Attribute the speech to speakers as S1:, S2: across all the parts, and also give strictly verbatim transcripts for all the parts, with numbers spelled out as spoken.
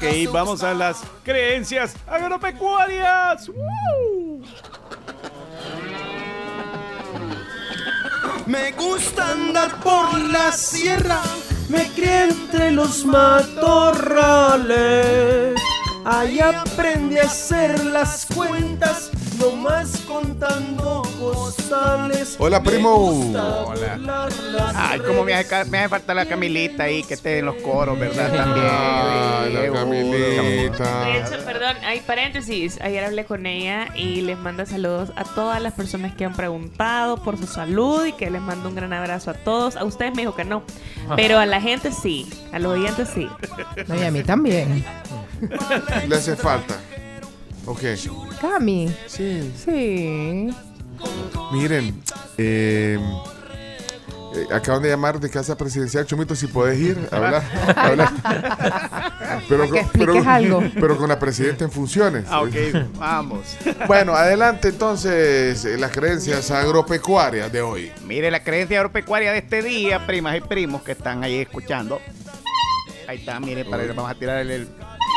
S1: Ok, vamos a las creencias agropecuarias. ¡Woo!
S2: Me gusta andar por la sierra, me crié entre los matorrales. Ahí aprendí a hacer las cuentas, nomás contando costales.
S3: Hola, primo.
S1: Hola. Ay, como me hace, me hace falta la Camilita ahí, que esté en los coros, ¿verdad? También.
S3: Ay, la Camilita.
S4: De hecho, perdón, hay paréntesis. Ayer hablé con ella y les manda saludos a todas las personas que han preguntado por su salud y que les mando un gran abrazo a todos. A ustedes me dijo que no, pero a la gente sí, a los oyentes sí.
S5: No, y a mí también.
S3: Le hace falta. Ok.
S5: Cami.
S3: Sí.
S5: Sí.
S3: Miren, eh, eh, acaban de llamar de Casa Presidencial. Chomito, si puedes ir a hablar. A hablar. Pero,
S5: Para que expliques
S3: pero,
S5: algo.
S3: pero con la presidenta en funciones.
S1: Ah, ok, vamos.
S3: Bueno, adelante entonces eh, las creencias agropecuarias de hoy.
S1: Mire, la creencia agropecuaria de este día, primas y primos que están ahí escuchando. Ahí está, mire, para vamos a tirar el... el...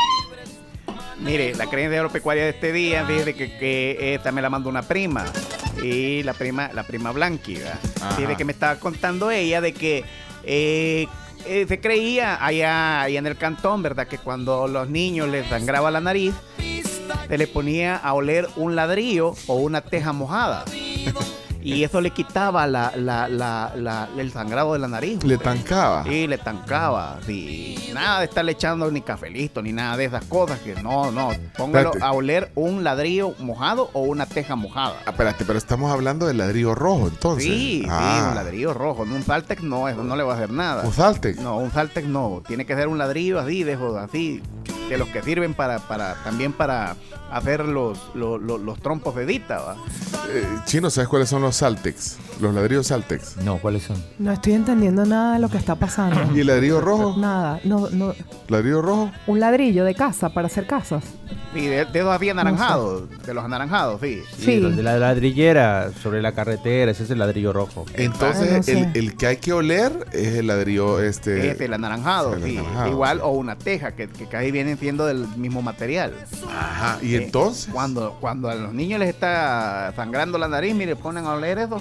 S1: Mire, la creencia agropecuaria de este día, fíjese que, que esta me la mandó una prima. Y la prima, la prima Blanqui, ¿verdad? Fíjese que me estaba contando ella de que eh, eh, se creía allá, allá en el cantón, ¿verdad? Que cuando los niños les sangraba la nariz, se le ponía a oler un ladrillo o una teja mojada. Y eso le quitaba la, la, la, la, el sangrado de la nariz.
S3: Le tancaba.
S1: Sí, le tancaba. Sí. Nada de estarle echando ni cafelito, ni nada de esas cosas. Que no, no. Póngalo
S3: Espérate.
S1: a oler un ladrillo mojado o una teja mojada.
S3: Ah, espérate, pero estamos hablando del ladrillo rojo, entonces.
S1: Sí,
S3: Ah.
S1: sí, un ladrillo rojo. Un Saltex no, eso no le va a hacer nada.
S3: ¿Un Saltex?
S1: No, un Saltex no. Tiene que ser un ladrillo así, de esos, así, de los que sirven para, para también para hacer los, los, los, los trompos de dita, ¿va?
S3: Eh, Chino, ¿sabes cuáles son los Saltex? Los ladrillos Saltex.
S6: No, ¿cuáles son?
S5: No estoy entendiendo nada de lo que está pasando.
S3: ¿Y el ladrillo rojo?
S5: Nada. No, no.
S3: ¿Ladrillo rojo?
S5: Un ladrillo de casa para hacer casas.
S1: Sí, de, de esos así anaranjados, de los anaranjados, sí.
S5: Sí.
S6: Los de la ladrillera sobre la carretera, ese es el ladrillo rojo.
S3: Entonces,
S5: Ah, no sé.
S3: el, el que hay que oler es el ladrillo este.
S1: Este, el anaranjado,
S3: el
S1: sí.
S3: anaranjado.
S1: Igual, o una teja, que, que casi vienen siendo del mismo material.
S3: Ajá. ¿Y
S1: Eh,
S3: entonces?
S1: Cuando, cuando a los niños les está sangrando la nariz, mire, ponen a oler eso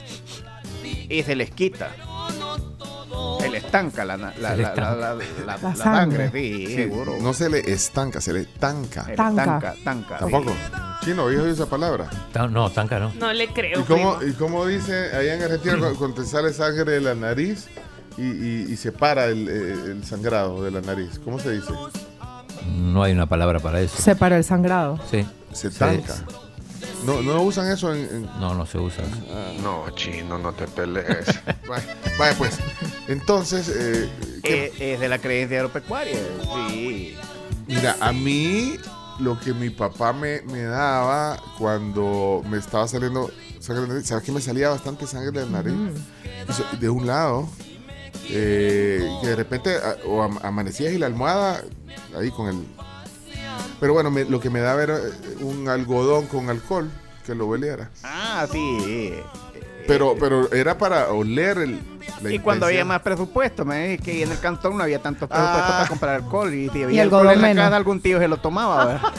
S1: y se les quita. Se les estanca la, la,
S6: Se les
S1: la, la, la, la-
S5: La
S1: la
S5: sangre.
S1: sangre, sí,
S3: Sí,
S1: seguro.
S3: no se le estanca, se le tanca.
S1: Se les
S5: Tanca.
S1: tanca, tanca, sí.
S3: ¿Tampoco? Chino, ¿habías oído esa palabra?
S6: Tan- No, tanca no.
S4: No le creo,
S3: ¿Y cómo,
S4: primo.
S3: ¿Y cómo dice allá en Argentina cu- cuando te sale sangre de la nariz y, y, y se para el, eh, el sangrado de la nariz? ¿Cómo se dice?
S6: No hay una palabra para eso.
S5: Se paró el sangrado.
S6: Sí.
S3: Se
S6: Sí.
S3: tanca. No, no usan eso en... en-
S6: No, no se usa.
S7: No, Chino, no te pelees.
S3: Vaya, vaya, pues. Entonces, eh, ¿qué-
S1: Eh, es de la creencia agropecuaria, sí.
S3: mira, a mí lo que mi papá me, me daba cuando me estaba saliendo sangre de la nariz, ¿sabes que me salía bastante sangre de la nariz? Eso, de un lado, eh, que de repente a- o am- amanecías y la almohada ahí con el... Pero bueno, me- lo que me daba era un algodón con alcohol que lo oliera.
S1: Ah, sí.
S3: Pero, pero era para oler el... la
S1: Y cuando
S3: intensidad.
S1: había más presupuesto, me dije que en el cantón no había tanto presupuesto
S3: Ah.
S1: para comprar alcohol. Y si había
S5: Y
S1: alcohol
S5: algodón
S1: en la
S5: menos.
S1: casa, algún tío se lo tomaba, ¿verdad?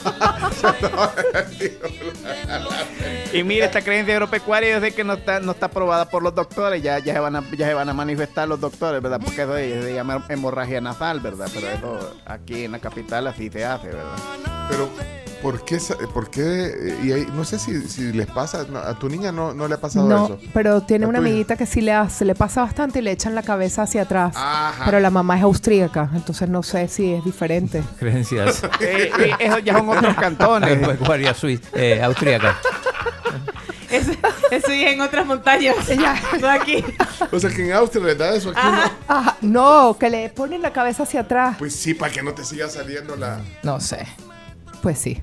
S1: Y mire, esta creencia agropecuaria yo sé que no está, no está aprobada por los doctores, ya, ya, se van a, ya se van a manifestar los doctores, ¿verdad? Porque eso se, se llama hemorragia nasal, ¿verdad? Pero eso aquí en la capital así se hace, ¿verdad?
S3: Pero, ¿por qué? sa- ¿Por qué? eh, Y ahí, no sé si, si les pasa, no, a tu niña no, no le ha pasado
S5: No,
S3: eso.
S5: pero tiene
S3: ¿A
S5: una
S3: tu hija?
S5: amiguita que sí le hace, le pasa bastante y le echan la cabeza hacia atrás.
S3: Ajá.
S5: Pero la mamá es austríaca, entonces no sé si es diferente.
S6: Creencias
S1: Eh, eh, eso ya son otros cantones.
S6: agropecuarias suiz- eh, austríacas.
S4: Eso, eso ya en otras montañas. No aquí.
S3: O sea, que en Austria les da eso aquí.
S5: Ajá, ajá, no, que le ponen la cabeza hacia atrás.
S3: Pues sí, para que no te siga saliendo la...
S5: No sé. Pues sí.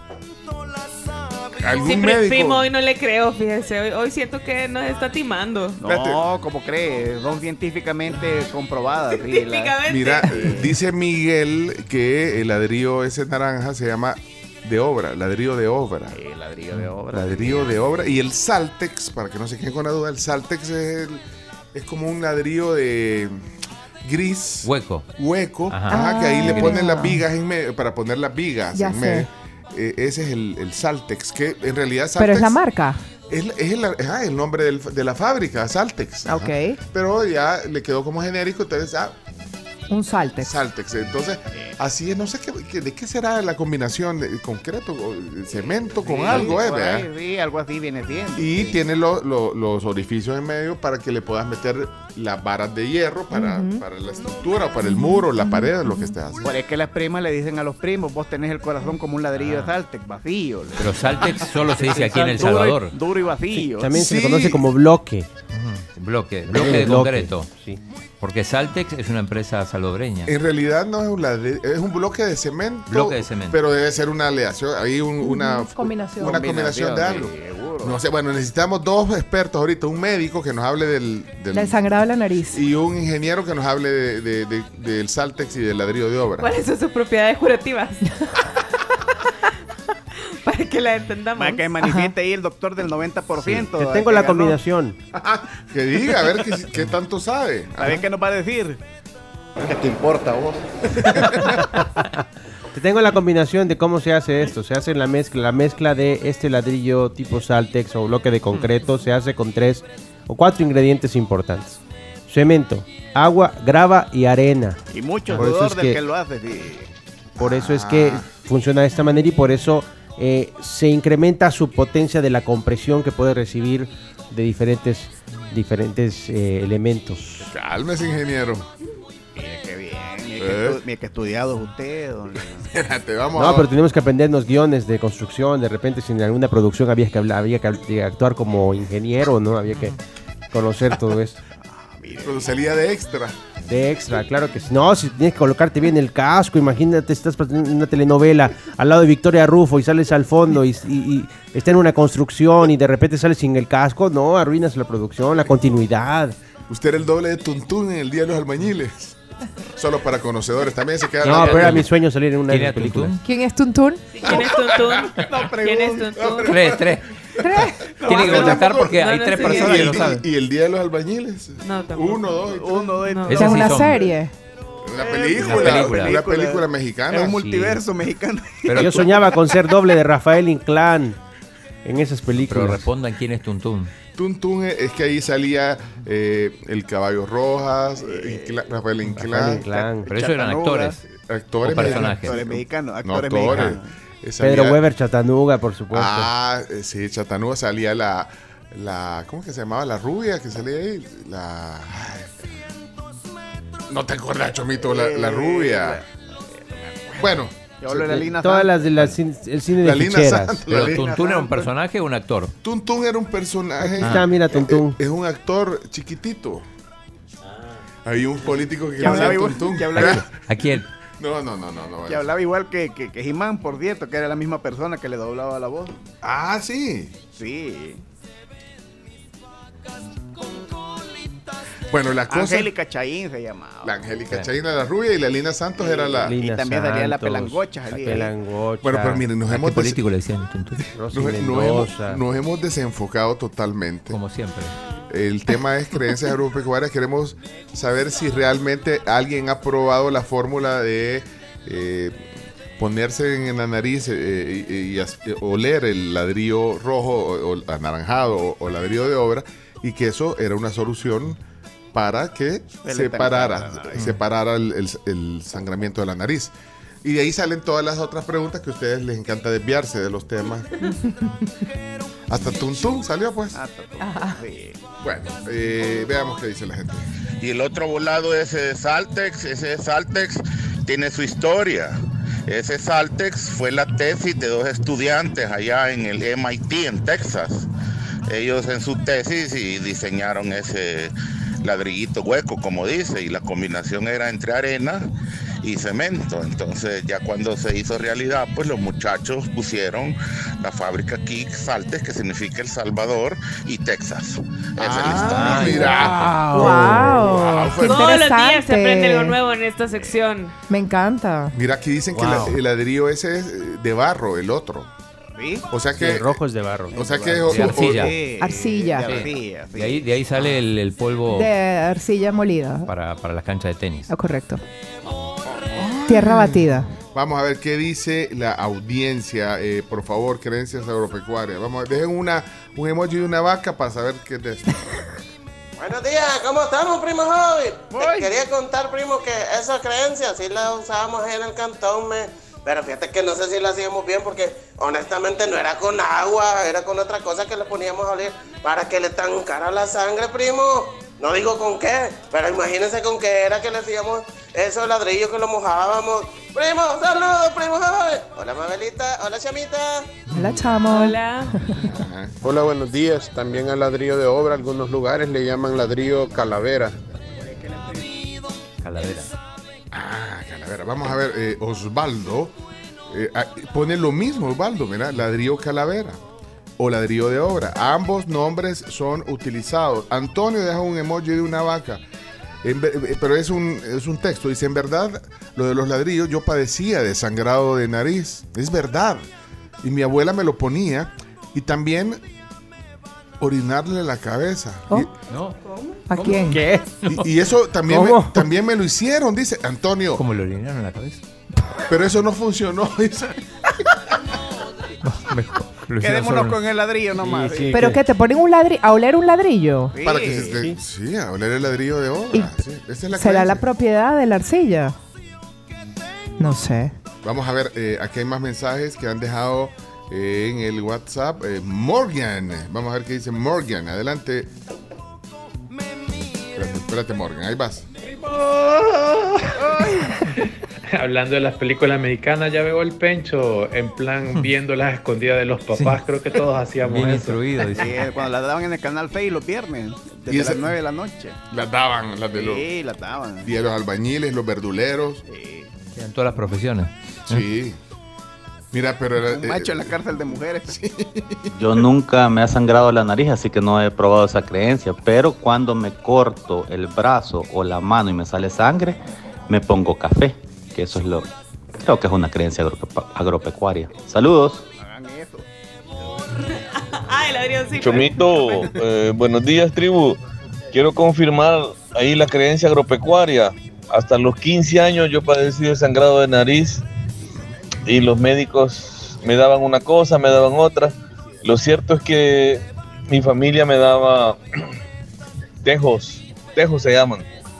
S3: Algún
S4: Sí, pri-
S3: médico...
S4: primo, hoy no le creo, fíjese. Hoy, hoy siento que nos está timando.
S1: No, como cree, son científicamente comprobadas. sí, la-
S4: Científicamente.
S3: Mira, eh, dice Miguel que el ladrillo ese naranja se llama de obra, ladrillo de obra.
S1: Sí, ladrillo de obra.
S3: Ladrillo de obra. Y el Saltex, para que no se queden con la duda, el Saltex es, el- es como un ladrillo de... gris,
S8: Hueco.
S3: hueco,
S8: Ajá.
S3: ajá, que ahí
S5: Ah.
S3: le ponen las vigas en medio, para poner las vigas
S5: Ya
S3: en
S5: sé.
S3: medio. Eh, ese es el, el Saltex, que en realidad Saltex
S5: Pero es la marca.
S3: es, es el, ajá, el nombre del- de la fábrica, Saltex. ajá.
S5: Ok.
S3: Pero ya le quedó como genérico, entonces ah,
S5: Un Saltex.
S3: Saltex. Entonces, así es, no sé qué, qué- de qué será la combinación de concreto, o de cemento con
S1: Sí,
S3: algo, eh,
S1: por
S3: vea.
S1: ahí, sí, algo así viene siendo.
S3: Y
S1: sí.
S3: tiene lo- lo- los orificios en medio para que le puedas meter las varas de hierro para, para la estructura, para el muro, la pared, lo que estés haciendo.
S1: Por es que las primas le dicen a los primos, vos tenés el corazón como un ladrillo de Saltex, vacío.
S8: Pero Saltex solo se dice aquí en El
S1: Duro y-
S8: Salvador.
S1: Duro y vacío.
S6: También se le
S3: Sí.
S6: conoce como bloque.
S8: Ujú. Bloque, bloque de
S6: Bloque,
S8: concreto.
S6: Sí.
S8: Porque Saltex es una empresa salobreña.
S3: En realidad no es un ladrillo, es un bloque de cemento.
S8: Bloque de cemento.
S3: Pero debe ser una aleación, ahí un- una
S5: combinación.
S3: Una combinación de algo.
S1: sí, seguro.
S3: No sé, bueno, necesitamos dos expertos ahorita, un médico que nos hable del, del-
S5: Del sangrado de la nariz.
S3: y un ingeniero que nos hable de, de- de- del Saltex y del ladrillo de obra.
S4: ¿Cuáles son sus propiedades curativas? Para que la entendamos.
S1: Más que manifieste ahí el doctor del noventa por ciento.
S6: Te
S1: de
S6: tengo
S1: que
S6: la
S1: ganó.
S6: combinación.
S3: Que diga, a ver qué, qué tanto sabe.
S1: A ver qué nos va a decir.
S2: ¿Qué te importa vos?
S6: Te tengo la combinación de cómo se hace esto. Se hace la mezcla, la mezcla de este ladrillo tipo Saltex o bloque de concreto. Se hace con tres o cuatro ingredientes importantes: cemento, agua, grava y arena.
S1: Y mucho
S6: Por eso
S1: sudor
S6: es
S1: del
S6: que-
S1: que lo hace, sí.
S6: Por eso es que funciona de esta manera y por eso eh, se incrementa su potencia de la compresión que puede recibir de diferentes, diferentes eh, elementos.
S3: Cálmese, ingeniero.
S1: Mire qué bien. Mire que,
S3: ¿Eh?
S1: estu- mire que estudiado es usted, don.
S3: Espérate, vamos
S6: No,
S3: a...
S6: pero tenemos que aprendernos guiones de construcción. De repente, si en alguna producción había que hablar, había que habl- actuar como ingeniero, ¿no? Había que conocer todo esto.
S3: Pero salía de extra.
S6: De extra, claro que sí. No, si tienes que colocarte bien el casco, imagínate, estás en una telenovela al lado de Victoria Rufo y sales al fondo y, y- y está en una construcción y de repente sales sin el casco, no, arruinas la producción, la continuidad.
S3: Usted era el doble de Tuntún en el Día de los Albañiles. Solo para conocedores. También se queda...
S6: No,
S3: la-
S6: pero era mi sueño salir en una de
S8: ¿Tiene
S6: las películas.
S8: Tuntún?
S5: ¿Quién es Tuntún?
S4: ¿Quién es Tuntún? ¿Quién es Tuntún?
S8: Tres, tres. Tiene que
S3: no,
S8: contestar
S3: tampoco.
S8: porque
S4: No,
S8: hay
S4: no,
S8: tres
S4: sí.
S8: personas
S3: y,
S8: que
S3: el,
S8: lo saben.
S3: y el Día de los Albañiles.
S4: No, tampoco.
S3: Uno, dos y tres.
S1: Uno de
S4: No.
S5: Que
S8: Esas
S5: es
S8: sí
S5: una
S8: son.
S5: serie.
S3: Una
S1: Eh,
S3: película.
S8: una película.
S3: Una película mexicana.
S1: Es un multiverso mexicano.
S8: Pero,
S6: Yo soñaba con ser doble de Rafael Inclán en esas
S8: pero
S6: películas.
S8: respondan quién es Tuntún.
S3: Tuntún es que ahí salía eh, el Caballo Rojas, eh, Inclán- Rafael
S6: Rafael
S3: Inclán,
S6: Inclán.
S8: Pero eso eran
S1: Chattanooga.
S8: actores.
S3: actores
S8: O personajes.
S1: Actores mexicanos.
S3: No,
S1: Actores
S3: actores.
S1: mexicanos.
S3: Eh, salía-
S6: Pedro Weber Chattanooga, por supuesto.
S3: Ah, eh, sí, Chattanooga salía la, la, ¿cómo que se llamaba? La rubia que salía ahí, la... ay. No te acuerdas, Chomito, la, la rubia. Bueno,
S1: Yo hablo de la Lina
S6: Todas
S1: Santos.
S6: las del cine, el cine de
S3: La Lina
S6: ficheras.
S3: Santos.
S8: Pero
S3: La Lina
S8: Tuntún era un personaje o un actor.
S3: Tuntún era un personaje...
S6: Aquí está, mira, Tuntún.
S3: Es, es un actor chiquitito. Había un político que
S1: Que hablaba
S3: decía
S1: igual-
S3: Tuntún.
S1: que hablaba-
S8: ¿A quién?
S3: No, no, no, no. no
S1: Que hablaba igual que, que, que He-Man, por cierto, que era la misma persona que le doblaba la voz.
S3: Ah, sí.
S1: Sí.
S3: Bueno, la cosa...
S1: Angélica Chaín se llamaba.
S3: La Angélica Chaina, la rubia, y la Lina Santos era la...
S6: Lina
S1: Y también salía la
S6: Santos,
S1: pelangocha,
S6: La
S1: salía.
S6: pelangocha.
S3: Bueno, pero miren, nos
S8: ¿A qué
S3: hemos, des-
S8: político le decían Tuntún?
S6: Rosy
S3: nos, nos hemos,
S6: Mendoza.
S3: nos hemos desenfocado totalmente.
S8: Como siempre.
S3: El tema es creencias agropecuarias. Queremos saber si realmente alguien ha probado la fórmula de eh, ponerse en la nariz eh, y, y as- eh, oler el ladrillo rojo o, o anaranjado o, o ladrillo de obra, y que eso era una solución para que
S1: El
S3: separara,
S1: estancado de la nariz.
S3: separara el, el- el sangramiento de la nariz. Y de ahí salen todas las otras preguntas que a ustedes les encanta desviarse de los temas. Hasta Tuntún salió, pues.
S1: Ah, está todo. Sí.
S3: Bueno, eh, veamos qué dice la gente.
S9: Y el otro volado, ese de Saltex, ese de Saltex tiene su historia. Ese Saltex fue la tesis de dos estudiantes allá en el M I T en Texas. Ellos en su tesis y diseñaron ese ladrillito hueco, como dice, y la combinación era entre arena y cemento. Entonces ya cuando se hizo realidad, pues los muchachos pusieron la fábrica aquí, Saltex, que significa El Salvador, y Texas. Esa es la historia.
S3: Ah, mira.
S5: ¡Wow! ¡Qué
S4: Todos los días se
S5: interesante!
S4: aprende algo nuevo en esta sección.
S5: Me encanta.
S3: Mira, aquí dicen
S8: Wow.
S3: que la- el ladrillo ese es eh, de barro, el otro.
S1: ¿Sí?
S3: O sea
S6: Sí,
S3: que...
S6: el rojo es de barro.
S3: O sea que...
S8: De
S3: o- o-
S8: arcilla.
S1: Sí,
S5: Arcilla.
S1: de
S8: Sí.
S1: arcilla, sí.
S8: De ahí, de ahí sale el, el polvo
S5: De arcilla molida.
S8: para, para las canchas de tenis.
S5: Ah, correcto. Tierra batida.
S3: Vamos a ver qué dice la audiencia. Eh, por favor, creencias agropecuarias. Vamos a ver, dejen una, un emoji de una vaca para saber qué es de esto.
S10: Buenos días, ¿cómo estamos, primo joven?
S1: Voy.
S10: Te quería contar, primo, que esa creencia sí la usábamos ahí en el cantón, me... pero fíjate que no sé si la hacíamos bien porque honestamente no era con agua, era con otra cosa que le poníamos a oler para que le tancara la sangre, primo. No digo con qué, pero imagínense con qué era que le hacíamos esos ladrillos que lo mojábamos. Primo, saludos, primo joven. Hola, Mabelita, hola, Chamita.
S5: Hola, chamo.
S4: Hola.
S3: Ajá.
S11: Hola, buenos días. También al ladrillo de obra, algunos lugares le llaman ladrillo calavera.
S8: Calavera.
S3: Ah, calavera. Vamos a ver, eh, Osvaldo eh, ah, pone lo mismo, Osvaldo, mira, ladrillo calavera o ladrillo de obra. Ambos nombres son utilizados. Antonio deja un emoji de una vaca, en ve- eh, pero es un, es un texto. Dice, en verdad, lo de los ladrillos, yo padecía de sangrado de nariz. Es verdad. Y mi abuela me lo ponía. Y también orinarle la cabeza.
S5: Oh.
S3: Y-
S8: ¿No?
S5: ¿A quién?
S6: ¿Qué?
S3: Y, y eso también me,
S6: ¿Cómo?
S3: también me lo hicieron, dice Antonio.
S8: ¿Cómo le orinaron en la cabeza?
S3: Pero eso no funcionó, dice.
S8: Mejor. Lo hicieron
S1: Quedémonos
S8: solo-
S1: con el ladrillo nomás.
S6: Sí, sí.
S5: ¿Pero qué? ¿Te ponen un ladrillo? ¿A oler un ladrillo?
S1: Sí.
S3: Para que se te- sí, a oler el ladrillo de obra.
S5: ¿Y
S3: Sí, esa es la
S5: ¿Será la
S3: creencia.
S5: propiedad de la arcilla? No sé.
S3: Vamos a ver, eh, aquí hay más mensajes que han dejado eh, en el WhatsApp. Eh, Morgan, vamos a ver qué dice Morgan. Adelante. Espérate, espérate, Morgan, ahí vas.
S12: Hablando de las películas mexicanas, ya veo el Pencho en plan viendo las escondidas de los papás. Creo que todos hacíamos
S8: Bien
S12: eso.
S8: instruido, dice.
S1: Sí, cuando las daban en el canal seis los viernes, desde
S3: Y esa-
S1: las nueve de la noche.
S3: Las daban, las de los,
S1: Sí, las daban.
S3: y de los albañiles, los verduleros.
S1: Sí.
S8: En todas las profesiones.
S3: Sí. Mira, pero era,
S1: Un
S3: eh,
S1: macho en la cárcel de mujeres.
S13: Yo nunca me ha sangrado la nariz, así que no he probado esa creencia. Pero cuando me corto el brazo o la mano y me sale sangre, me pongo café. Que eso es lo... Creo que es una creencia agrope- agropecuaria. Saludos.
S1: Hagan eso.
S4: Ah, el ladrillo sí.
S14: Chomito, eh, buenos días, tribu. Quiero confirmar ahí la creencia agropecuaria. Hasta los quince años yo padecí de sangrado de nariz y los médicos me daban una cosa, me daban otra. Lo cierto es que mi familia me daba tejos, tejos se llaman,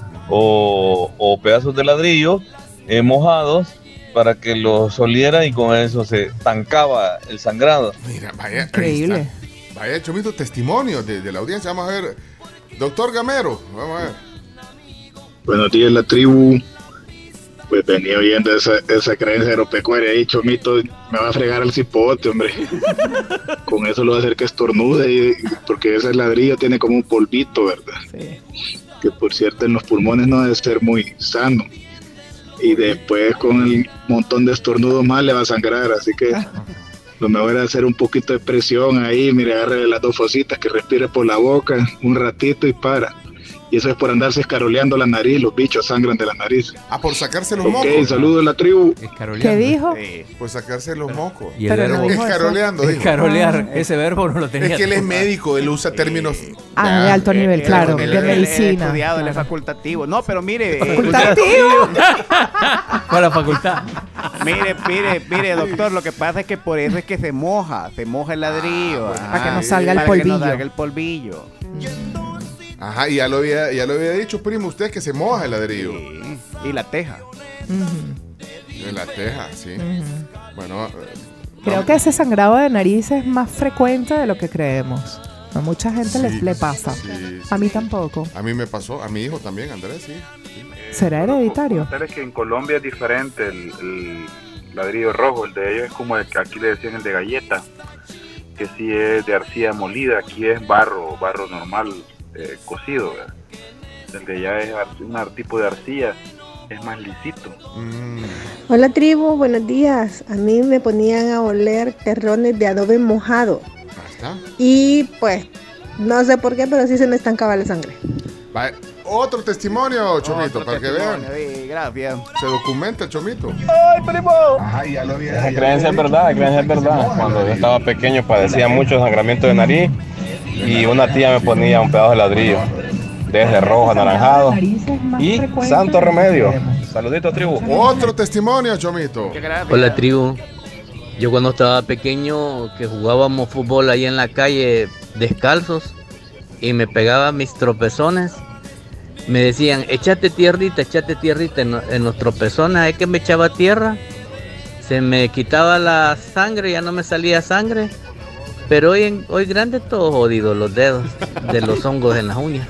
S14: o, o pedazos de ladrillo eh, mojados para que los oliera y con eso se tancaba el sangrado.
S3: Mira, vaya, ahí
S5: Increíble.
S3: está. Vaya, Chomito, testimonio de, de la audiencia. Vamos a ver. Doctor Gamero, vamos a ver.
S15: Buenos días, la tribu. Pues venía oyendo esa, esa creencia agropecuaria ahí, Chomito, me va a fregar el cipote, hombre. Con eso lo va a hacer que estornude, y- porque ese ladrillo tiene como un polvito, ¿verdad?
S5: Sí.
S15: Que por cierto en los pulmones no debe ser muy sano. Y después con el montón de estornudos más le va a sangrar, así que lo mejor es hacer un poquito de presión ahí, mire, agarre las dos fositas, que respire por la boca un ratito y para. Y eso es por andarse escaroleando la nariz, los bichos sangran de la nariz.
S3: Ah, por sacarse los
S15: Ok,
S3: mocos.
S15: saludos a la tribu.
S5: ¿Qué dijo?
S1: Sí.
S3: Por sacarse los mocos.
S8: Y el
S5: Pero no
S8: verbo
S5: dijo eso.
S3: Escaroleando, dijo.
S8: escarolear, ese verbo no lo tenía.
S3: Es que él es médico, él usa términos.
S5: Ah, de alto nivel,
S1: Él-
S5: claro,
S1: él-
S5: de
S1: él- él es
S5: medicina.
S1: estudiado, él es
S5: claro.
S1: facultativo. No, pero mire, eh,
S5: Facultativo.
S8: Para la facultad.
S1: mire, mire, mire, doctor, lo que pasa es que por eso es que se moja, se moja el ladrillo.
S3: bueno,
S5: para que
S1: ajá,
S5: no salga el
S1: para que no
S5: polvillo.
S1: salga el polvillo.
S3: Ajá, y ya lo había, ya lo había dicho, primo, usted que se moja el ladrillo.
S1: Sí. Y la teja.
S5: Ujú,
S3: En la teja, sí.
S5: ujú.
S3: Bueno, eh,
S5: Creo
S3: vamos.
S5: que ese sangrado de nariz es más frecuente de lo que creemos. A mucha gente
S3: Sí,
S5: le, le pasa.
S3: sí, sí.
S5: A mí tampoco.
S3: A mí me pasó, a mi hijo también, Andrés, sí.
S5: ¿Será hereditario?
S16: Sabes que en Colombia es diferente el, el ladrillo rojo, el de ellos es como el que aquí le decían el de galleta, que sí es de arcilla molida, aquí es barro, barro normal eh, cocido, ¿verdad? El de allá es ar- un tipo de arcilla, es más lisito.
S3: Mm.
S17: Hola tribu, buenos días. A mí me ponían a oler terrones de adobe mojado
S3: Ahí está.
S17: y pues no sé por qué, pero sí se me estancaba la sangre.
S3: Va, otro testimonio, Chomito,
S1: Otro
S3: para que
S1: testimonio,
S3: vean.
S1: sí, gracias.
S3: Se documenta, Chomito.
S18: ¡Ay, primo! Ajá, ya lo vi. La creencia es verdad, la creencia es verdad. Cuando yo estaba pequeño padecía mucho sangramiento de nariz y una tía me ponía un pedazo de ladrillo, desde rojo, anaranjado y santo remedio. Saludito, tribu.
S3: Otro testimonio, Chomito.
S19: Hola, tribu. Yo cuando estaba pequeño, que jugábamos fútbol ahí en la calle descalzos y me pegaban mis tropezones, me decían, échate tierrita, échate tierrita en, en los tropezones. Es que me echaba tierra, se me quitaba la sangre, ya no me salía sangre. Pero hoy, en, hoy grande todo jodido, los dedos de los hongos en las uñas.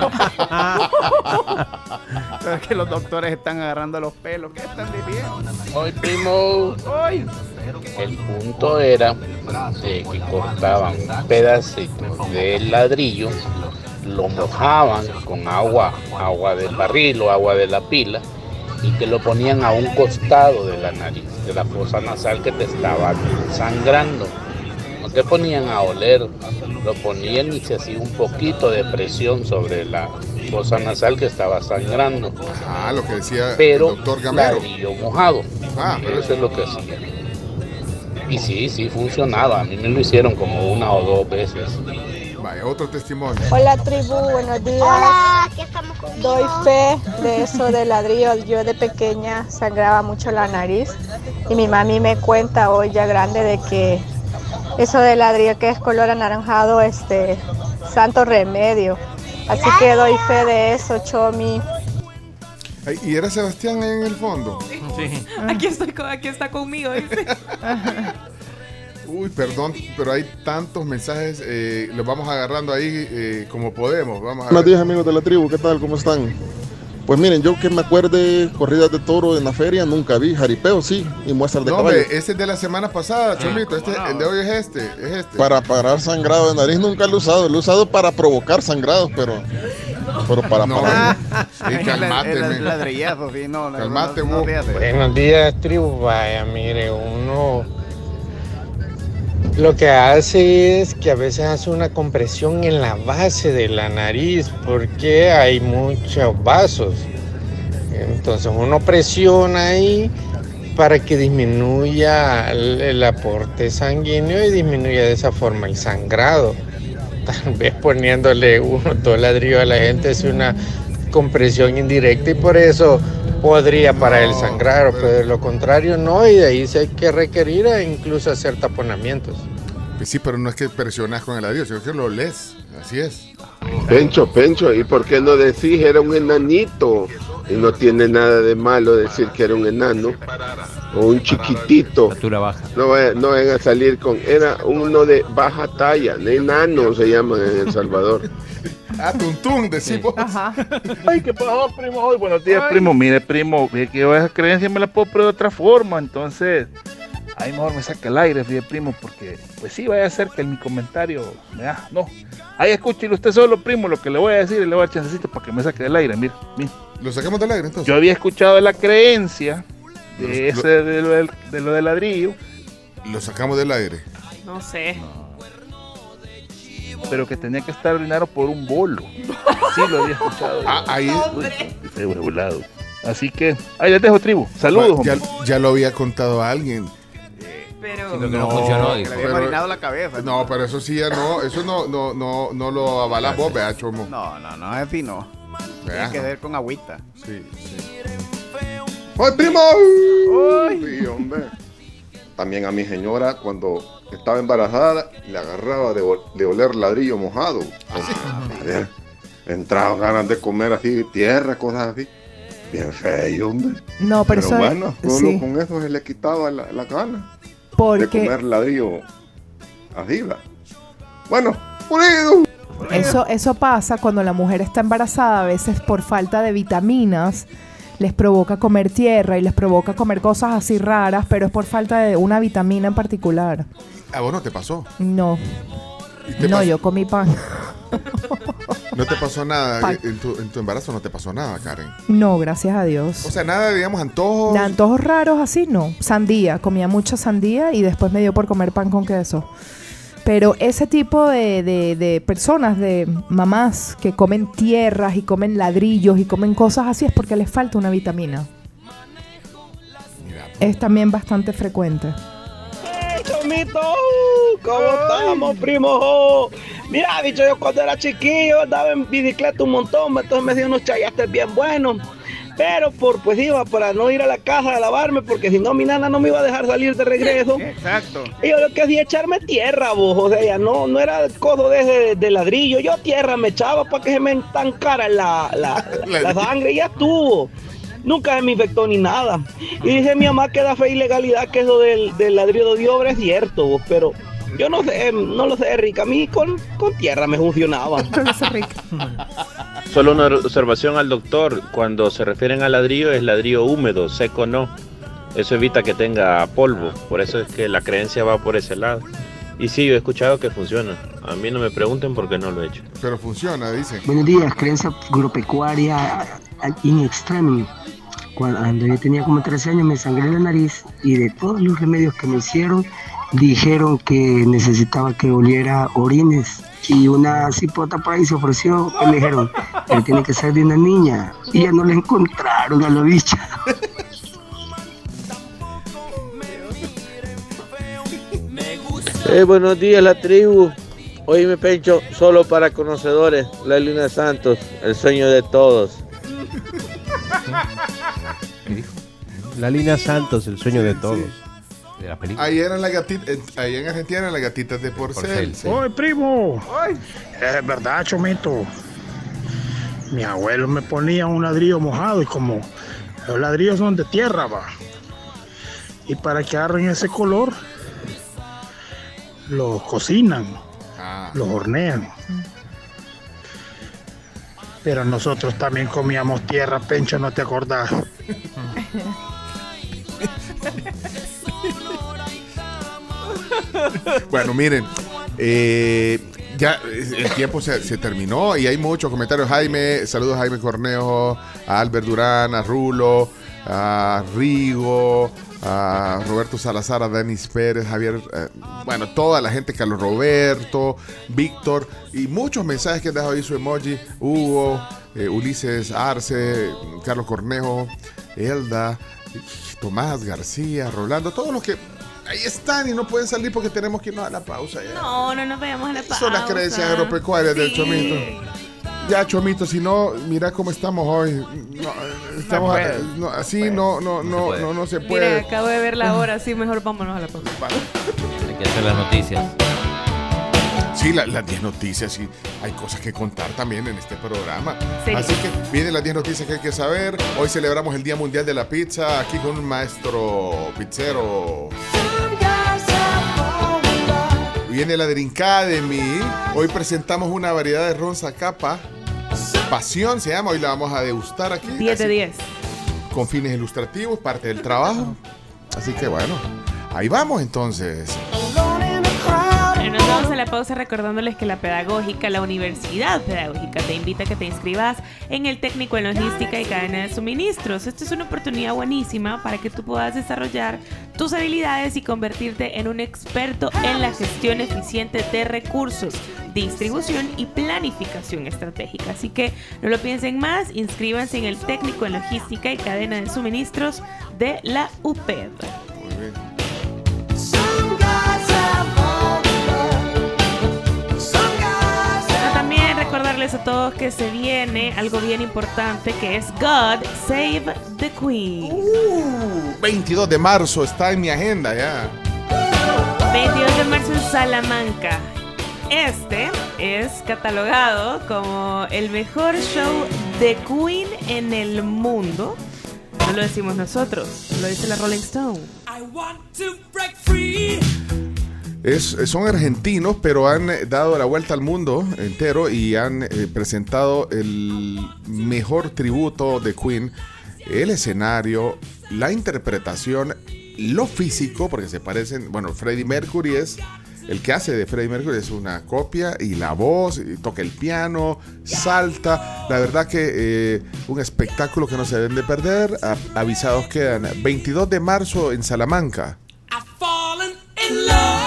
S1: Es que los doctores están agarrando los pelos. ¿Qué están diciendo?
S20: Hoy, primo,
S1: Hoy.
S20: el punto era de que cortaban un pedacito de ladrillo, lo mojaban con agua, agua del barril o agua de la pila, y que lo ponían a un costado de la nariz, de la fosa nasal que te estaba sangrando. No te ponían a oler, lo ponían y se hacía un poquito de presión sobre la fosa nasal que estaba sangrando.
S3: Ah, lo que decía
S20: pero
S3: el doctor Gamero.
S20: ladrillo mojado.
S3: Ah, pero
S20: eso es lo que hacía. Y sí, sí funcionaba. A mí me lo hicieron como una o dos veces.
S3: Vaya, otro testimonio.
S17: Hola tribu, buenos días.
S21: Hola, aquí estamos con
S17: Doy fe de eso de ladrillo. Yo de pequeña sangraba mucho la nariz y mi mami me cuenta hoy ya grande de que eso de ladrillo que es color anaranjado, este, santo remedio. Así que doy fe de eso, Chomi.
S3: Ay, ¿y era Sebastián en el fondo?
S4: Sí. Aquí, estoy, con- aquí está conmigo, dice.
S3: Uy, perdón, pero hay tantos mensajes, eh, los vamos agarrando ahí eh, como podemos. Vamos a
S22: Buenos
S3: ver.
S22: días amigos de la tribu, ¿qué tal? ¿Cómo están? Pues miren, yo que me acuerde corridas de toro en la feria, nunca vi. Jaripeo sí, y muestras de
S3: No,
S22: caballo.
S3: hombre, ese es de la semana pasada, Chomito. Este, el de hoy es este, es este.
S22: Para parar sangrado de nariz nunca lo he usado. Lo he usado para provocar sangrados, pero, pero para
S3: No,
S22: parar.
S3: sí, calmate,
S1: El, el,
S3: men.
S1: el ladrillazo, sí, no. no,
S3: Calmate,
S1: no, no,
S3: vos.
S1: te hace.
S23: Buenos días, tribu. Vaya, mire, uno lo que hace es que a veces hace una compresión en la base de la nariz porque hay muchos vasos. Entonces uno presiona ahí para que disminuya el, el aporte sanguíneo y disminuya de esa forma el sangrado. Tal vez poniéndole uno dos ladrillos a la gente es una compresión indirecta y por eso podría parar el sangrado, pero de lo contrario no, y de ahí sí hay que requerir e incluso hacer taponamientos.
S3: Pues sí, pero no es que presionas con el ladrillo, sino que lo lees. Así es.
S11: Pencho, Pencho, ¿y por qué no decís era un enanito? Y no tiene nada de malo decir que era un enano o un chiquitito.
S8: baja.
S11: No vayan no vayan a salir con, era uno de baja talla, enano se llaman en El Salvador.
S3: Ah, tuntún, decimos.
S24: Ay, ¿qué pasó, primo? Hoy, buenos días, primo. Mire, primo, ve que yo esa creencia me la puedo pero de otra forma, entonces ahí mejor me saca el aire, fíjate, primo, porque pues sí, vaya a ser que en mi comentario me da, no. Ahí escúchelo usted solo, primo, lo que le voy a decir y le voy a dar chancecito para que me saque del aire, mire, mire.
S3: ¿Lo sacamos del aire entonces?
S24: Yo había escuchado la creencia de
S3: Lo-
S24: ese, de lo del, de lo del ladrillo.
S3: Lo sacamos del aire.
S4: No sé.
S24: Pero que tenía que estar orinado por un bolo. Sí, lo había escuchado.
S3: Ah, ahí.
S24: Uy, qué feo volado. Así que, ahí les dejo, tribu. Saludos.
S3: Ya,
S24: hombre.
S3: ya lo había contado a alguien.
S4: Pero...
S8: Sí, lo que no funcionó,
S1: Que
S8: dijo.
S1: le había
S3: Pero-
S1: marinado la cabeza.
S3: No, pero eso sí ya no, eso no, no, no, no lo avalás vos, vea, Chomo.
S1: No, no, no, es así no. Tiene que ver con agüita.
S3: Sí, sí.
S25: ¡Ay, primo!
S1: ¡Ay!
S25: Sí, hombre. También a mi señora, cuando estaba embarazada, le agarraba de, ol- de oler ladrillo mojado. Eh, Entraban ganas de comer así, tierra, cosas así. Bien feo, hombre.
S5: No, pero, eso es-
S25: bueno, solo
S5: sí.
S25: con eso se le quitaba la, la gana de
S5: Porque
S25: comer ladrillo así, ¿va? Bueno, pulido.
S5: Eso, eso pasa cuando la mujer está embarazada, a veces por falta de vitaminas, les provoca comer tierra y les provoca comer cosas así raras, pero es por falta de una vitamina en particular.
S3: ¿A vos no te pasó?
S5: No,
S3: ¿Y te
S5: no,
S3: pasó?
S5: yo comí pan.
S3: ¿No te pasó nada
S5: Pan.
S3: en tu, en tu embarazo? ¿No te pasó nada, Karen?
S5: No, gracias a Dios.
S3: O sea, nada, digamos, antojos.
S5: De antojos raros así, no. Sandía, comía mucha sandía y después me dio por comer pan con queso. Pero ese tipo de, de, de personas, de mamás que comen tierras y comen ladrillos y comen cosas así, es porque les falta una vitamina. Es también bastante frecuente.
S2: ¡Hey, Chomito! ¿Cómo estamos, primo? Mira, bicho, yo cuando era chiquillo andaba en bicicleta un montón, entonces me hacía unos chayastes bien buenos. Pero por pues iba para no ir a la casa a lavarme, porque si no mi nana no me iba a dejar salir de regreso.
S1: Exacto.
S2: Y yo lo que hacía echarme tierra, vos, o sea, ya no, no era codo de, de, de ladrillo, yo tierra me echaba para que se me estancara la, la, la, la sangre y ya estuvo. Nunca se me infectó ni nada. Y dice mi mamá que da fe y legalidad que eso del, del ladrillo de obra es cierto, vos, pero yo no sé, no lo sé, Rick. A mí con, con tierra me funcionaba.
S18: Solo una observación al doctor, cuando se refieren al ladrillo es ladrillo húmedo, seco no. Eso evita que tenga polvo, por eso es que la creencia va por ese lado. Y sí, yo he escuchado que funciona. A mí no me pregunten por qué no lo he hecho.
S3: Pero funciona, dice.
S7: Buenos días, creencia agropecuaria in extremis. Cuando yo tenía como trece años me sangré la nariz y de todos los remedios que me hicieron, dijeron que necesitaba que oliera orines. Y una cipota por ahí se ofreció, y me dijeron, pero tiene que ser de una niña. Y ya no la encontraron a la bicha.
S9: Eh, buenos días, la tribu. Hoy me pencho solo para conocedores. La Lina Santos, el sueño de todos.
S6: La Lina Santos, el sueño de todos.
S8: De la película.
S3: Ahí eran las gatitas, ahí en Argentina eran las gatitas de porcel.
S8: Porcel, sí.
S10: ¡Oye, primo! Es verdad, Chomito. Mi abuelo me ponía un ladrillo mojado y como los ladrillos son de tierra, va. Y para que agarren ese color, los cocinan,
S3: ah.
S10: los hornean. Pero nosotros también comíamos tierra, Pencho, ¿no te acordás?
S3: Bueno, miren, eh, ya el tiempo se, se terminó y hay muchos comentarios. Jaime, saludos a Jaime Cornejo, a Albert Durán, a Rulo, a Rigo, a Roberto Salazar, a Denis Pérez, Javier, eh, bueno, toda la gente, Carlos Roberto, Víctor, y muchos mensajes que han dejado ahí su emoji, Hugo, eh, Ulises Arce, Carlos Cornejo, Elda, Tomás García, Rolando, todos los que ahí están y no pueden salir porque tenemos que irnos a la pausa ya.
S4: No, no nos vayamos a la pausa.
S3: Son las creencias agropecuarias sí. del Chomito. Ya, Chomito, si no, mira cómo estamos hoy. No, estamos
S4: no
S3: a, no, así no, no, no, no, no, no se puede.
S4: Mira, acabo de ver la hora, así mejor vámonos a la pausa.
S8: Vale. Hay que hacer las noticias.
S3: Sí, la, las diez noticias, y hay cosas que contar también en este programa.
S4: Sí.
S3: Así que vienen las diez noticias que hay que saber. Hoy celebramos el Día Mundial de la Pizza aquí con un maestro pizzero. Viene la Drinkademy. Hoy presentamos una variedad de ron Zacapa. Pasión se llama. Hoy la vamos a degustar aquí.
S4: diez de diez.
S3: Con fines ilustrativos, parte del trabajo. Así que bueno, ahí vamos entonces.
S4: Nos vamos a la pausa recordándoles que la Pedagógica, la Universidad Pedagógica, te invita a que te inscribas en el técnico en logística y cadena de suministros. Esta es una oportunidad buenísima para que tú puedas desarrollar tus habilidades y convertirte en un experto en la gestión eficiente de recursos, distribución y planificación estratégica. Así que no lo piensen más, inscríbanse en el técnico en logística y cadena de suministros de la U P E D.
S3: Muy bien.
S4: Recordarles a todos que se viene algo bien importante que es God Save the Queen.
S3: Uh, veintidós de marzo está en mi agenda ya.
S4: veintidós de marzo en Salamanca. Este es catalogado como el mejor show de Queen en el mundo. No lo decimos nosotros, lo dice la Rolling Stone.
S21: I want to break free.
S3: Es, son argentinos, pero han dado la vuelta al mundo entero y han eh, presentado el mejor tributo de Queen, el escenario, la interpretación, lo físico, porque se parecen, bueno, Freddie Mercury es el que hace de Freddie Mercury, es una copia, y la voz, y toca el piano, salta, la verdad que eh, un espectáculo que no se deben de perder. A, avisados quedan, veintidós de marzo en Salamanca.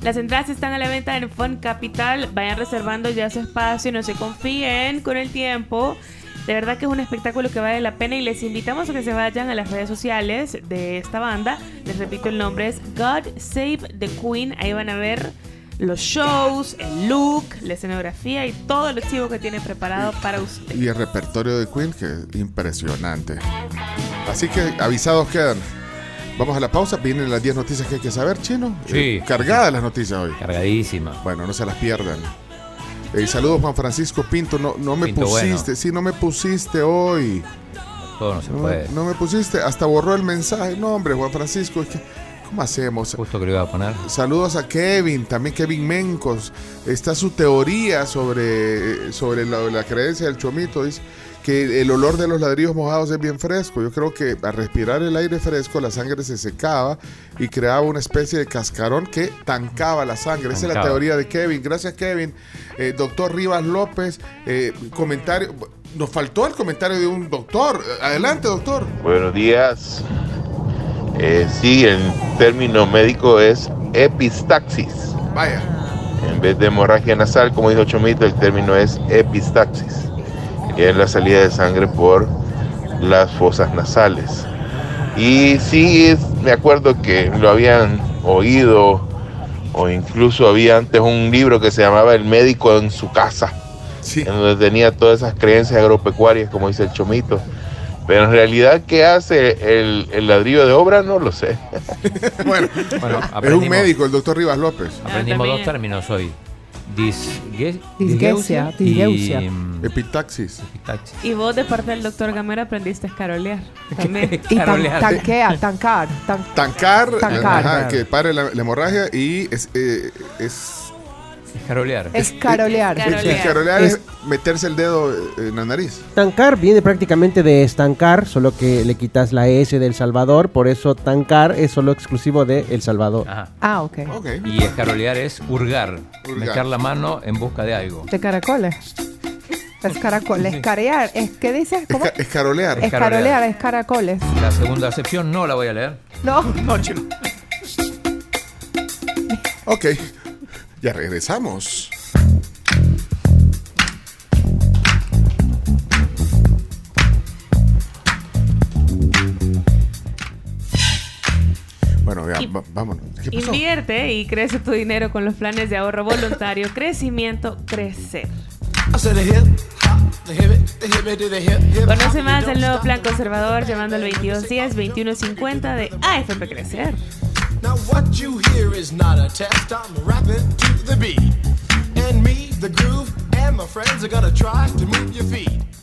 S4: Las entradas están a la venta en Fun Capital. Vayan reservando ya su espacio, no se confíen con el tiempo. De verdad que es un espectáculo que vale la pena y les invitamos a que se vayan a las redes sociales de esta banda. Les repito, el nombre es God Save the Queen. Ahí van a ver los shows, el look, la escenografía y todo lo chivo que tiene preparado para usted.
S3: Y el repertorio de Queen, que es impresionante. Así que avisados quedan. Vamos a la pausa. Vienen las diez noticias que hay que saber, Chino.
S8: Sí.
S3: Eh, cargadas las noticias hoy.
S8: Cargadísima.
S3: Bueno, no se las pierdan. Eh, saludos, Juan Francisco Pinto. No, no me
S8: Pinto,
S3: pusiste.
S8: bueno.
S3: Sí, no me pusiste hoy.
S8: Todo no se
S3: No,
S8: puede.
S3: no me pusiste. Hasta borró el mensaje. No, hombre, Juan Francisco. Es que, ¿cómo hacemos?
S8: Justo que lo iba a poner.
S3: Saludos a Kevin, también Kevin Mencos. Está su teoría sobre, sobre la, la creencia del Chomito. Dice que el olor de los ladrillos mojados es bien fresco. Yo creo que al respirar el aire fresco la sangre se secaba y creaba una especie de cascarón que tancaba la sangre. Esa es la teoría de Kevin. Gracias, Kevin. Eh, doctor Rivas López, eh, comentario. Nos faltó el comentario de un doctor. Adelante, doctor.
S12: Buenos días. Eh, sí, el término médico es epistaxis.
S3: Vaya.
S12: En vez de hemorragia nasal, como dijo Chomito, el término es epistaxis, que es la salida de sangre por las fosas nasales. Y sí, es, me acuerdo que lo habían oído, o incluso había antes un libro que se llamaba El médico en su casa,
S3: sí,
S12: en donde tenía todas esas creencias agropecuarias, como dice el Chomito. Pero en realidad, ¿qué hace el, el ladrillo de obra? No lo sé.
S3: Bueno,
S8: Bueno,
S3: es un médico, el doctor Rivas López.
S8: Aprendimos
S4: también.
S8: dos términos hoy. Disge-
S5: Disgeusia,
S8: y,
S5: disgeusia.
S8: mm,
S3: Epitaxis.
S8: epitaxis.
S4: Y vos, de parte del doctor Gamera, aprendiste a carolear. También.
S5: Y tan-
S8: Carolear.
S5: tanquea, tancar. tan-
S3: Tancar,
S5: Tancar.
S3: ajá, que pare la, la hemorragia y es, eh, es
S8: Carolear.
S5: Escarolear.
S4: Escarolear.
S3: escarolear
S6: Es-
S3: es meterse el dedo en la nariz.
S6: Tancar viene prácticamente de estancar, solo que le quitas la S del Salvador, por eso tancar es solo exclusivo de El Salvador.
S8: Ajá.
S5: Ah, ok.
S3: Ok.
S8: Y escarolear es hurgar,
S3: Hurgar.
S8: meter la mano en busca de algo.
S5: De caracoles. Es caracoles. Escarear. Es, ¿Qué dices? ¿Cómo?
S3: Esca- escarolear.
S5: Escarolear, es caracoles.
S8: La segunda acepción no la voy a leer.
S5: No.
S1: No, Chino.
S3: Ok, ya regresamos. Bueno, ya,
S4: Y-
S3: va- vámonos. ¿Qué pasó?
S4: Invierte y crece tu dinero con los planes de ahorro voluntario. Crecimiento, crecer. Conoce más del nuevo plan conservador llamando al veintidós diez, veintiuno cincuenta de A F P Crecer.
S13: Now what you hear is not a test. I'm rapping to the beat. And me, the groove, and my friends are gonna try to move your feet.